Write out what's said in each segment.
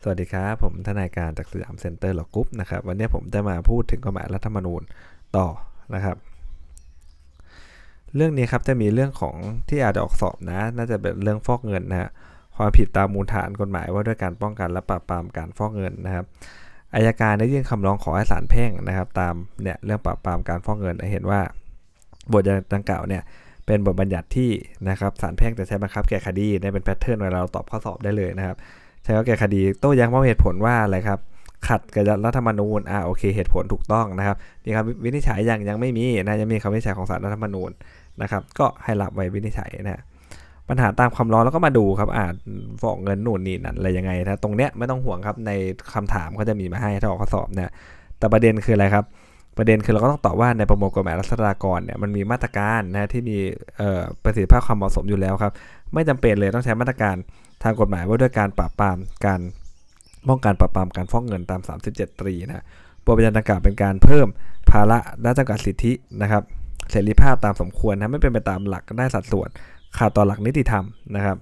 สวัสดีครับผมทนายการจากสยามเซ็นเตอร์หลอกกรุ๊ปนะครับวันนี้ผมจะมาพูดถึงกฎหมายรัฐธรรมนูญต่อนะครับเรื่องนี้ครับจะมีเรื่องของที่อาจจะออกสอบนะน่าจะเป็นเรื่องฟอกเงินนะฮะความผิดตามมูลฐานกฎหมายว่าด้วยการป้องกันและปราบปรามการฟอกเงินนะครับอัยการได้ยื่นคำร้องขอให้ศาลแพ่งนะครับตามเนี่ยเรื่องปราบปรามการฟอกเงินเห็นว่าบทดังกล่าวเนี่ยเป็นบทบัญญัติที่นะครับศาลแพ่งจะใช้บังคับแก้คดีได้เป็นแพทเทิร์นเวลาเราตอบข้อสอบได้เลยนะครับใช้ว่าแก้คดีโต้แย้งเพราะเหตุผลว่าอะไรครับขัดกับรัฐธรรมนูญโอเคเหตุผลถูกต้องนะครับนี่ครับวินิจฉัยยังไม่มีนะยังมีคำวินิจฉัยของศาลรัฐธรรมนูญนะครับก็ให้รับไว้วินิจฉัยนะปัญหาตามคำร้องแล้วก็มาดูครับฟอกเงินนู่นนี่นั่นอะไรยังไงนะตรงเนี้ยไม่ต้องห่วงครับในคำถามเขาจะมีมาให้ถ้าออกข้อสอบเนี่ยแต่ประเด็นคืออะไรครับประเด็นคือเราก็ต้องตอบว่าในประมวลกฎหมายรัษฎากรเนี่ยมันมีมาตรการนะที่มีประสิทธิภาพความเหมาะสมอยู่แล้วครับไม่จำเป็นเลยต้องใช้มาตรการทางกฎหมายว่าด้วยการปราบปรามการป้องกันปราบปรามการฟอกเงินตาม37 ตรีนะบทบัญญัติดังกล่าวเป็นการเพิ่มภาระและจำกัดสิทธินะครับเสรีภาพตามสมควรนะไม่เป็นไปตามหลักได้สัดส่วนขาดต่อหลักนิติธรรมนะครับ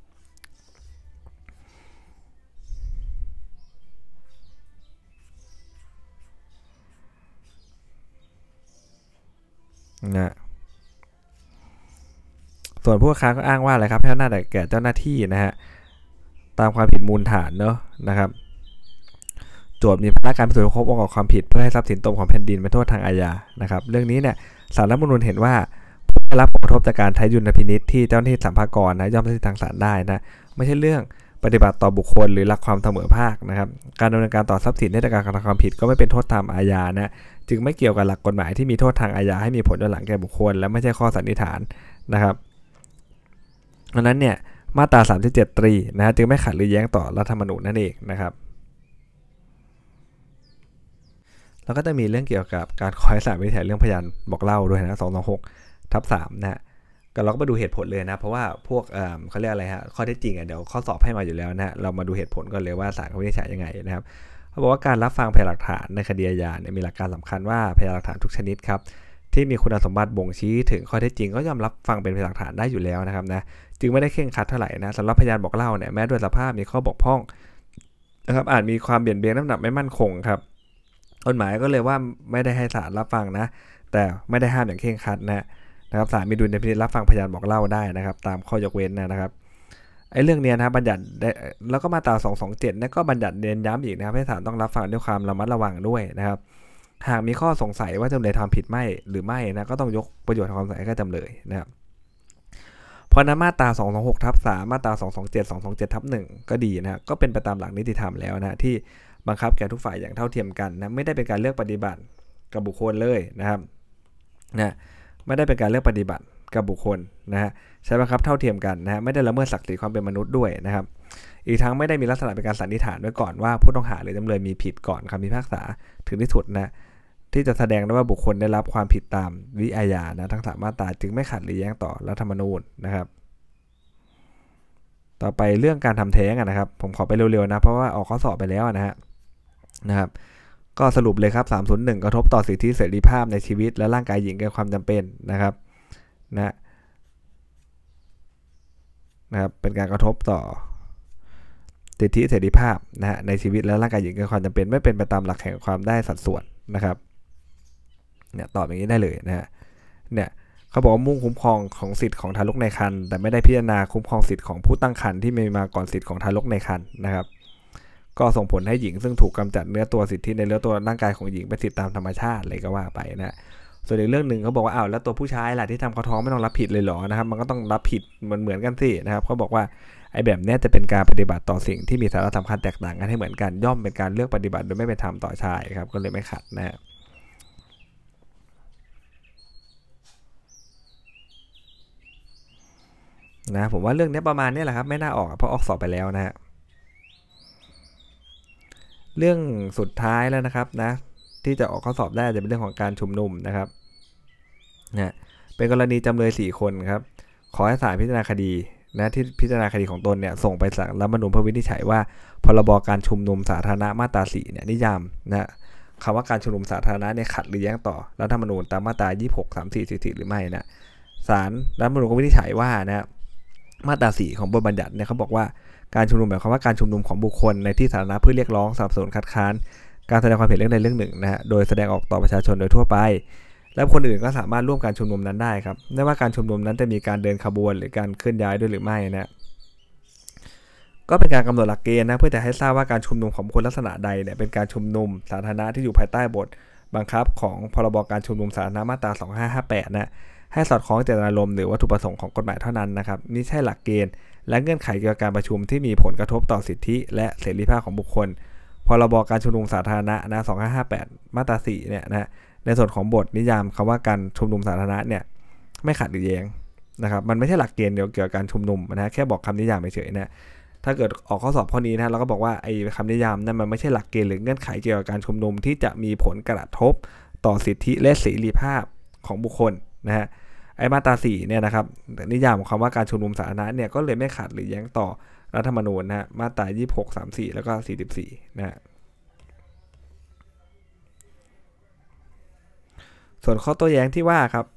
นะส่วนผู้ค้านก็อ้างว่าอะไรครับให้อำนาจแก่เจ้าหน้าที่นะฮะตามความผิดมูลฐานเนอะนะครับโจทย์มีภาระการพิสูจน์ครบองค์ประกอบความผิดเพื่อให้ทรัพย์สินตกของแผ่นดินเป็นโทษทางอาญานะครับเรื่องนี้เนี่ยศาลรัฐธรรมนูญเห็นว่าได้รับผลกระทบจากการใช้ดุลพินิจที่เจ้าหน้าที่สัมภากรนะย่อมใช้ทางศาลได้นะไม่ใช่เรื่องปฏิบัติต่อบุคคลหรือหลักความเสมอภาคนะครับการดำเนินการต่อทรัพย์สินในการกระทำความผิดก็ไม่เป็นโทษตามอาญานะจึงไม่เกี่ยวกับหลักกฎหมายที่มีโทษทางอาญาให้มีผลย้อนหลังแก่บุคคลและไม่ใช่ข้อสันนิษฐานนะครับดังนั้นเนี่ยมาตรา37 ตรีนะจึงไม่ขัดหรือแย้งต่อรัฐธรรมนูญนั่นเองนะครับแล้วก็จะมีเรื่องเกี่ยวกับการขอให้ศาลวินิจฉัยเรื่องพยานบอกเล่าด้วยนะ226/3นะฮะก็เราก็มาดูเหตุผลเลยนะเพราะว่าพวกเขาเรียกอะไรฮะข้อเท็จจริงเดี๋ยวข้อสอบให้มาอยู่แล้วนะเรามาดูเหตุผลก่อนเลยว่าศาลเขาวินิจฉัยยังไงนะครับเขาบอกว่าการรับฟังพยานหลักฐานในคดีอาญาเนี่ยมีหลักการสำคัญว่าพยานหลักฐานทุกชนิดครับที่มีคุณสมบัติบ่งชี้ถึงข้อเท็จจริงก็ยอมรับฟังเป็นพยานหลักฐานได้อยู่แล้วนะครับนะจึงไม่ได้เคร่งครัดเท่าไหร่นะสำหรับพยานบอกเล่าเนี่ยแม้ด้วยสภาพมีข้อบกพร่องนะครับอาจมีความเบี่ยงเบนน้ำหนักไม่มั่นคงครับกฎหมายก็เลยว่าไม่ได้ให้ศาลรับฟังนะแต่ไม่ได้ห้ามอย่างเคร่งครัดนะครับศาลมีดุลพินิจรับฟังพยานบอกเล่าได้นะครับตามข้อยกเว้นนะครับไอ้เรื่องนี้นะบัญญัติแล้วก็มาตรา227เนี่ยก็บัญญัติเน้นย้ำอีกนะครับให้ศาลต้องรับฟังด้วยความระมัดระวังด้วยนะครับหากมีข้อสงสัยว่าจำเลยทำผิดไม่หรือไม่นะก็ต้องยกประโยชน์ทางความสงสัยให้จำเลยนะครับเพราะนั้นมาตรา226/3มาตรา227 227/1ก็ดีนะก็เป็นไปตามหลักนิติธรรมแล้วนะที่บังคับแก่ทุกฝ่ายอย่างเท่าเทียมกันนะไม่ได้เป็นการเลือกปฏิบัติกับบุคคลเลยนะครับนะไม่ได้เป็นการเลือกปฏิบัติกับบุคคลนะฮะใช้บังคับเท่าเทียมกันนะฮะไม่ได้ละเมิดศักดิ์ศรีความเป็นมนุษย์ด้วยนะครับอีกทั้งไม่ได้มีลักษณะเป็นการสันนิษฐานไว้ก่อนว่าผู้ต้องหาหรือจำเลยมีผิดก่อนคำพิพากษาถึงที่สุดนะที่จะแสดงได้ว่าบุคคลได้รับความผิดตามวิอาญานะทั้ง3มาตราจึงไม่ขัดหรือแย้งต่อรัฐธรรมนูญนะครับต่อไปเรื่องการทำแท้งนะครับผมขอไปเร็วๆนะเพราะว่าออกข้อสอบไปแล้วนะครับก็สรุปเลยครับ301กระทบต่อสิทธิเสรีภาพในชีวิตและร่างกายหญิงเกินความจำเป็นนะครับนะครับเป็นการกระทบต่อสิทธิเสรีภาพนะฮะในชีวิตและร่างกายหญิงเกินความจำเป็นไม่เป็นไปตามหลักแห่งความได้สัดส่วนนะครับเนี่ยตอบอย่างนี้ได้เลยนะฮะเนี่ยเขาบอกว่ามุ่งคุ้มครองของสิทธิ์ของทารกในครรภ์แต่ไม่ได้พิจารณาคุ้มครองสิทธิ์ของผู้ตั้งครรภ์ที่มีมาก่อนสิทธิ์ของทารกในครรภ์นะครับก็ส่งผลให้หญิงซึ่งถูกกำจัดเนื้อตัวสิทธิในเนื้อตัวร่างกายของหญิงเป็นสิทธิตามธรรมชาติเลยก็ว่าไปนะส่วนอีกเรื่องหนึ่งเขาบอกว่าแล้วตัวผู้ชายล่ะที่ทำเขาท้องไม่ต้องรับผิดเลยเหรอนะครับมันก็ต้องรับผิดเหมือนกันสินะครับเขาบอกว่าไอ้แบบนี้จะเป็นการปฏิบัติต่อสิ่งที่มีสาระสำคัญแตกต่างกันให้เหมือนกันย่อมเป็นการเลือกปฏิบัติโดยไม่เป็นธรรมต่อชายครับก็เลยไม่ขัดนะผมว่าเรื่องนี้ประมาณนี้แหละครับไม่น่าออกเพราะออกสอบไปแล้วนะฮะเรื่องสุดท้ายแล้วนะครับนะที่จะออกข้อสอบได้จะเป็นเรื่องของการชุมนุมนะครับนะเป็นกรณีจำเลย4คนครับขอให้ศาลพิจารณาคดีนะที่พิจารณาคดีของตนเนี่ยส่งไปศาลรัฐธรรมนูญเพื่อวินิจฉัยว่าพรบการชุมนุมสาธารณะมาตรา4เนี่ยนิยามนะคำว่าการชุมนุมสาธารณะเนี่ยขัดหรือแย้งต่อรัฐธรรมนูญตามมาตรา26 34 44หรือไม่นะศาลรัฐธรรมนูญก็วินิจฉัยว่านะมาตรา4ของบทบัญญัติเนี่ยเขาบอกว่าการชุมนุมหมายความว่าการชุมนุมของบุคคลในที่สาธารณะเพื่อเรียกร้องสนับสนุนคัดค้านการแสดงความเห็นเรื่องใดเรื่องหนึ่งนะฮะโดยแสดงออกต่อประชาชนโดยทั่วไปและคนอื่นก็สามารถร่วมการชุมนุมนั้นได้ครับไม่ว่าการชุมนุมนั้นจะมีการเดินขบวนหรือการเคลื่อนย้ายด้วยหรือไม่นะก็เป็นการกำหนดหลักเกณฑ์นะเพื่อจะให้ทราบว่าการชุมนุมของบุคคลลักษณะใดเนี่ยเป็นการชุมนุมสาธารณะที่อยู่ภายใต้บทบังคับของพรบการชุมนุมสาธารณะมาตรา2558นะให้สอดคล้องเจตนารมณ์หรือวัตถุประสงค์ของกฎหมายเท่านั้นนะครับนี่ใช่หลักเกณฑ์และเงื่อนไขเกี่ยวกับการประชุมที่มีผลกระทบต่อสิทธิและเสรีภาพของบุคคลพรบการชุมนุมสาธารณะนะ2558มาตรา4เนี่ยนะในส่วนของบทนิยามคำว่าการชุมนุมสาธารณะเนี่ยไม่ขัดหรือแย้งนะครับมันไม่ใช่หลักเกณฑ์เกี่ยวกับการชุมนุมนะแค่บอกคำนิยามเฉยๆนะถ้าเกิดออกข้อสอบข้อนี้นะเราก็บอกว่าไอ้คำนิยามนั้นมันไม่ใช่หลักเกณฑ์หรือเงื่อนไขเกี่ยวกับการชุมนุมที่จะมีผลกระทบต่อสิทธิและเสรีภาพของบุคคลนะฮะไอ้มาตรา4เนี่ยนะครับนิยามของคำว่าการชุมนุมสาธารณะเนี่ยก็เลยไม่ขัดหรือแย้งต่อรัฐธรรมนูญนะฮะมาตรา26 34แล้วก็44นะฮะส่วนข้อโต้แย้งที่ว่าครับ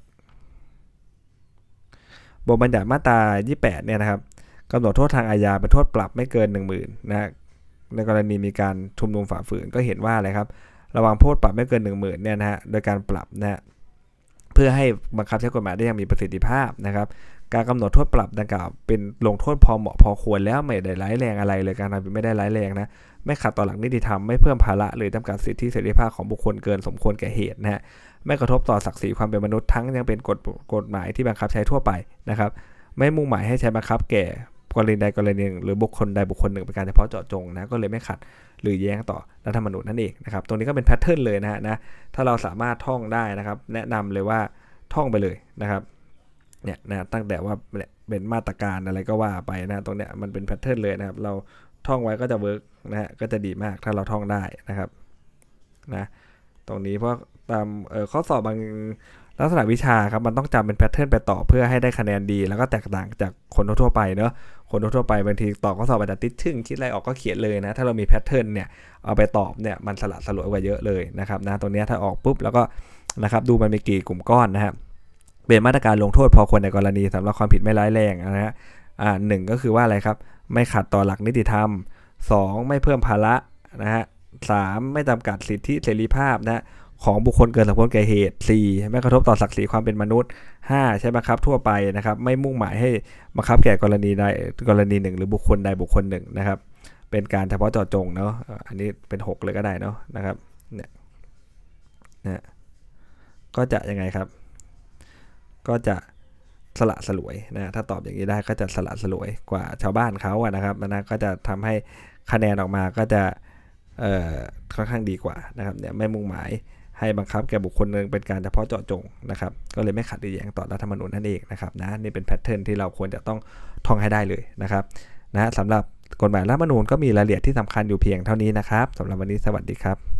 บทบัญญัติมาตรา28เนี่ยนะครับกำหนดโทษทางอาญาเป็นโทษปรับไม่เกิน 10,000 นะฮะในกรณีมีการชุมนุมฝ่าฝืนก็เห็นว่าอะไรครับระวังโทษปรับไม่เกิน 10,000 เนี่ยนะฮะโดยการปรับนะฮะเพื่อให้บังคับใช้กฎหมายได้อย่างมีประสิทธิภาพนะครับการกำหนดโทษปรับดังกล่าวเป็นลงโทษพอเหมาะพอควรแล้วไม่ได้ร้ายแรงอะไรเลยการทำผิดไม่ได้ร้ายแรงนะไม่ขัดต่อหลักนิติธรรมไม่เพิ่มภาระหรือจำกัดสิทธิเสรีภาพของบุคคลเกินสมควรแก่เหตุนะฮะไม่กระทบต่อศักดิ์ศรีความเป็นมนุษย์ทั้งยังเป็นกฎหมายที่บังคับใช้ทั่วไปนะครับไม่มุ่งหมายให้ใช้บังคับแก่กรณีใดกรณีหนึ่งหรือบุคคลใดบุคคลหนึ่งเป็นการเฉพาะเจาะจงนะก็เลยไม่ขัดหรือแย้งต่อรัฐธรรมนูญนั่นเองนะครับตรงนี้ก็เป็นแพทเทิร์นเลยนะฮะนะถ้าเราสามารถท่องได้นะครับแนะนำเลยว่าท่องไปเลยนะครับเนี่ยนะตั้งแต่ว่าเป็นมาตรการอะไรก็ว่าไปนะตรงเนี้ยมันเป็นแพทเทิร์นเลยนะครับเราท่องไว้ก็จะเวิร์กนะฮะก็จะดีมากถ้าเราท่องได้นะครับนะตรงนี้เพราะตามข้อสอบบางลักษณะวิชาครับมันต้องจำเป็นแพทเทิร์นไปต่อเพื่อให้ได้คะแนนดีแล้วก็แตกต่างจากคนทั่วไปเนอะคนทั่วไปบางทีตอบข้อสอบอาจจะติดชึ่งคิดอะไรออกก็เขียนเลยนะถ้าเรามีแพทเทิร์นเนี่ยเอาไปตอบเนี่ยมันสละสลวยกว่าเยอะเลยนะครับนะตรงนี้ถ้าออกปุ๊บแล้วก็นะครับดูมันมีกี่กลุ่มก้อนนะครับเป็นมาตรการลงโทษพอควรในกรณีสำหรับความผิดไม่ร้ายแรงนะฮะหนึ่งก็คือว่าอะไรครับไม่ขัดต่อหลักนิติธรรม2ไม่เพิ่มภาระนะฮะ3ไม่จำกัดสิทธิเสรีภาพนะของบุคคลเกินสมควรแก่เหตุ4ไม่กระทบต่อศักดิ์ศรีความเป็นมนุษย์5ใช่ไหมครับทั่วไปนะครับไม่มุ่งหมายให้บังคับแก่กรณีใดกรณีหนึ่งหรือบุคคลใดบุคคลหนึ่งนะครับเป็นการเฉพาะเจาะจงเนาะอันนี้เป็น6เลยก็ได้เนาะนะครับเนี่ยนะก็จะยังไงครับก็จะสละสลวยนะถ้าตอบอย่างนี้ได้ก็จะสละสลวยกว่าชาวบ้านเขาอะนะครับนะก็จะทำให้คะแนนออกมาก็จะค่อนข้างดีกว่านะครับเนี่ยไม่มุ่งหมายให้บังคับแก่บุคคลหนึ่งเป็นการเฉพาะเจาะจงนะครับก็เลยไม่ขัดหรือแย้งต่อรัฐธรรมนูญนั่นเองนะครับนะนี่เป็นแพทเทิร์นที่เราควรจะต้องท่องให้ได้เลยนะครับนะสำหรับกฎหมายรัฐธรรมนูญก็มีรายละเอียดที่สำคัญอยู่เพียงเท่านี้นะครับสำหรับวันนี้สวัสดีครับ